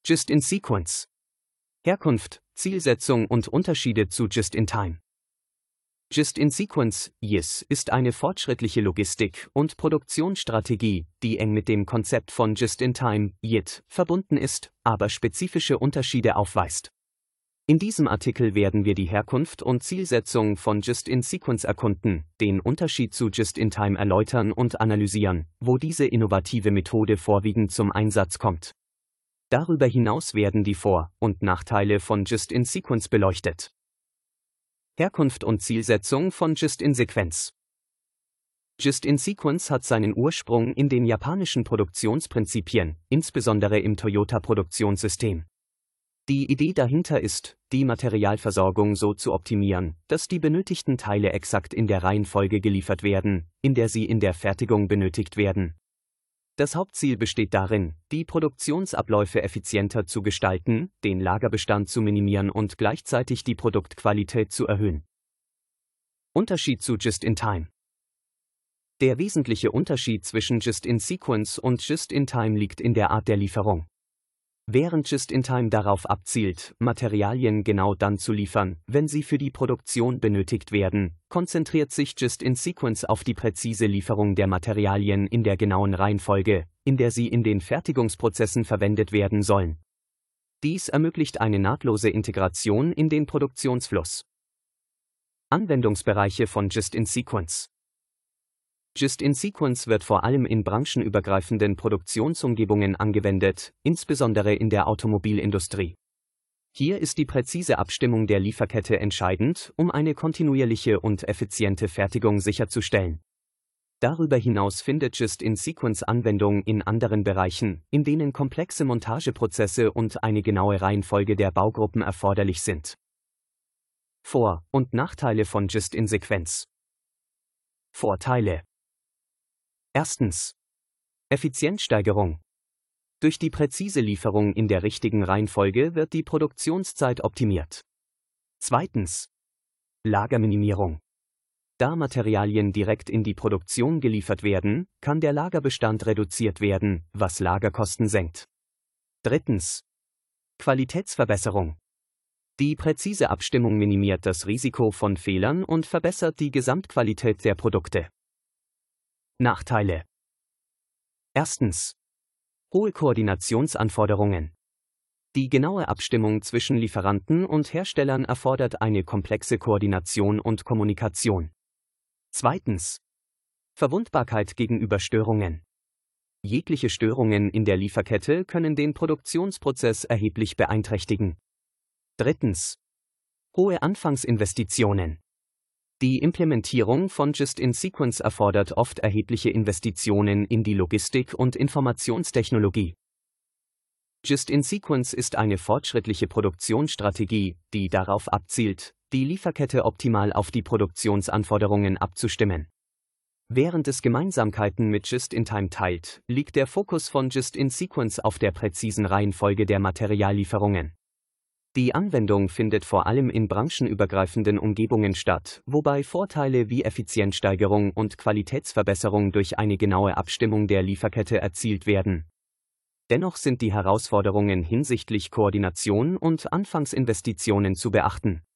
Just-in-Sequence. Herkunft, Zielsetzung und Unterschiede zu Just-in-Time. Just-in-Sequence, JIS, ist eine fortschrittliche Logistik- und Produktionsstrategie, die eng mit dem Konzept von Just-in-Time, JIT, verbunden ist, aber spezifische Unterschiede aufweist. In diesem Artikel werden wir die Herkunft und Zielsetzung von Just-in-Sequence erkunden, den Unterschied zu Just-in-Time erläutern und analysieren, wo diese innovative Methode vorwiegend zum Einsatz kommt. Darüber hinaus werden die Vor- und Nachteile von Just-in-Sequence beleuchtet. Herkunft und Zielsetzung von Just-in-Sequence. Just-in-Sequence hat seinen Ursprung in den japanischen Produktionsprinzipien, insbesondere im Toyota-Produktionssystem. Die Idee dahinter ist, die Materialversorgung so zu optimieren, dass die benötigten Teile exakt in der Reihenfolge geliefert werden, in der sie in der Fertigung benötigt werden. Das Hauptziel besteht darin, die Produktionsabläufe effizienter zu gestalten, den Lagerbestand zu minimieren und gleichzeitig die Produktqualität zu erhöhen. Unterschied zu Just-in-Time. Der wesentliche Unterschied zwischen Just-in-Sequence und Just-in-Time liegt in der Art der Lieferung. Während Just-in-Time darauf abzielt, Materialien genau dann zu liefern, wenn sie für die Produktion benötigt werden, konzentriert sich Just-in-Sequence auf die präzise Lieferung der Materialien in der genauen Reihenfolge, in der sie in den Fertigungsprozessen verwendet werden sollen. Dies ermöglicht eine nahtlose Integration in den Produktionsfluss. Anwendungsbereiche von Just-in-Sequence. Just-in-Sequence wird vor allem in branchenübergreifenden Produktionsumgebungen angewendet, insbesondere in der Automobilindustrie. Hier ist die präzise Abstimmung der Lieferkette entscheidend, um eine kontinuierliche und effiziente Fertigung sicherzustellen. Darüber hinaus findet Just-in-Sequence Anwendung in anderen Bereichen, in denen komplexe Montageprozesse und eine genaue Reihenfolge der Baugruppen erforderlich sind. Vor- und Nachteile von Just-in-Sequence. Vorteile. Erstens. Effizienzsteigerung. Durch die präzise Lieferung in der richtigen Reihenfolge wird die Produktionszeit optimiert. Zweitens. Lagerminimierung. Da Materialien direkt in die Produktion geliefert werden, kann der Lagerbestand reduziert werden, was Lagerkosten senkt. Drittens. Qualitätsverbesserung. Die präzise Abstimmung minimiert das Risiko von Fehlern und verbessert die Gesamtqualität der Produkte. Nachteile. Erstens. Hohe Koordinationsanforderungen. Die genaue Abstimmung zwischen Lieferanten und Herstellern erfordert eine komplexe Koordination und Kommunikation. Zweitens. Verwundbarkeit gegenüber Störungen. Jegliche Störungen in der Lieferkette können den Produktionsprozess erheblich beeinträchtigen. Drittens. Hohe Anfangsinvestitionen. Die Implementierung von Just-in-Sequence erfordert oft erhebliche Investitionen in die Logistik und Informationstechnologie. Just-in-Sequence ist eine fortschrittliche Produktionsstrategie, die darauf abzielt, die Lieferkette optimal auf die Produktionsanforderungen abzustimmen. Während es Gemeinsamkeiten mit Just-in-Time teilt, liegt der Fokus von Just-in-Sequence auf der präzisen Reihenfolge der Materiallieferungen. Die Anwendung findet vor allem in branchenübergreifenden Umgebungen statt, wobei Vorteile wie Effizienzsteigerung und Qualitätsverbesserung durch eine genaue Abstimmung der Lieferkette erzielt werden. Dennoch sind die Herausforderungen hinsichtlich Koordination und Anfangsinvestitionen zu beachten.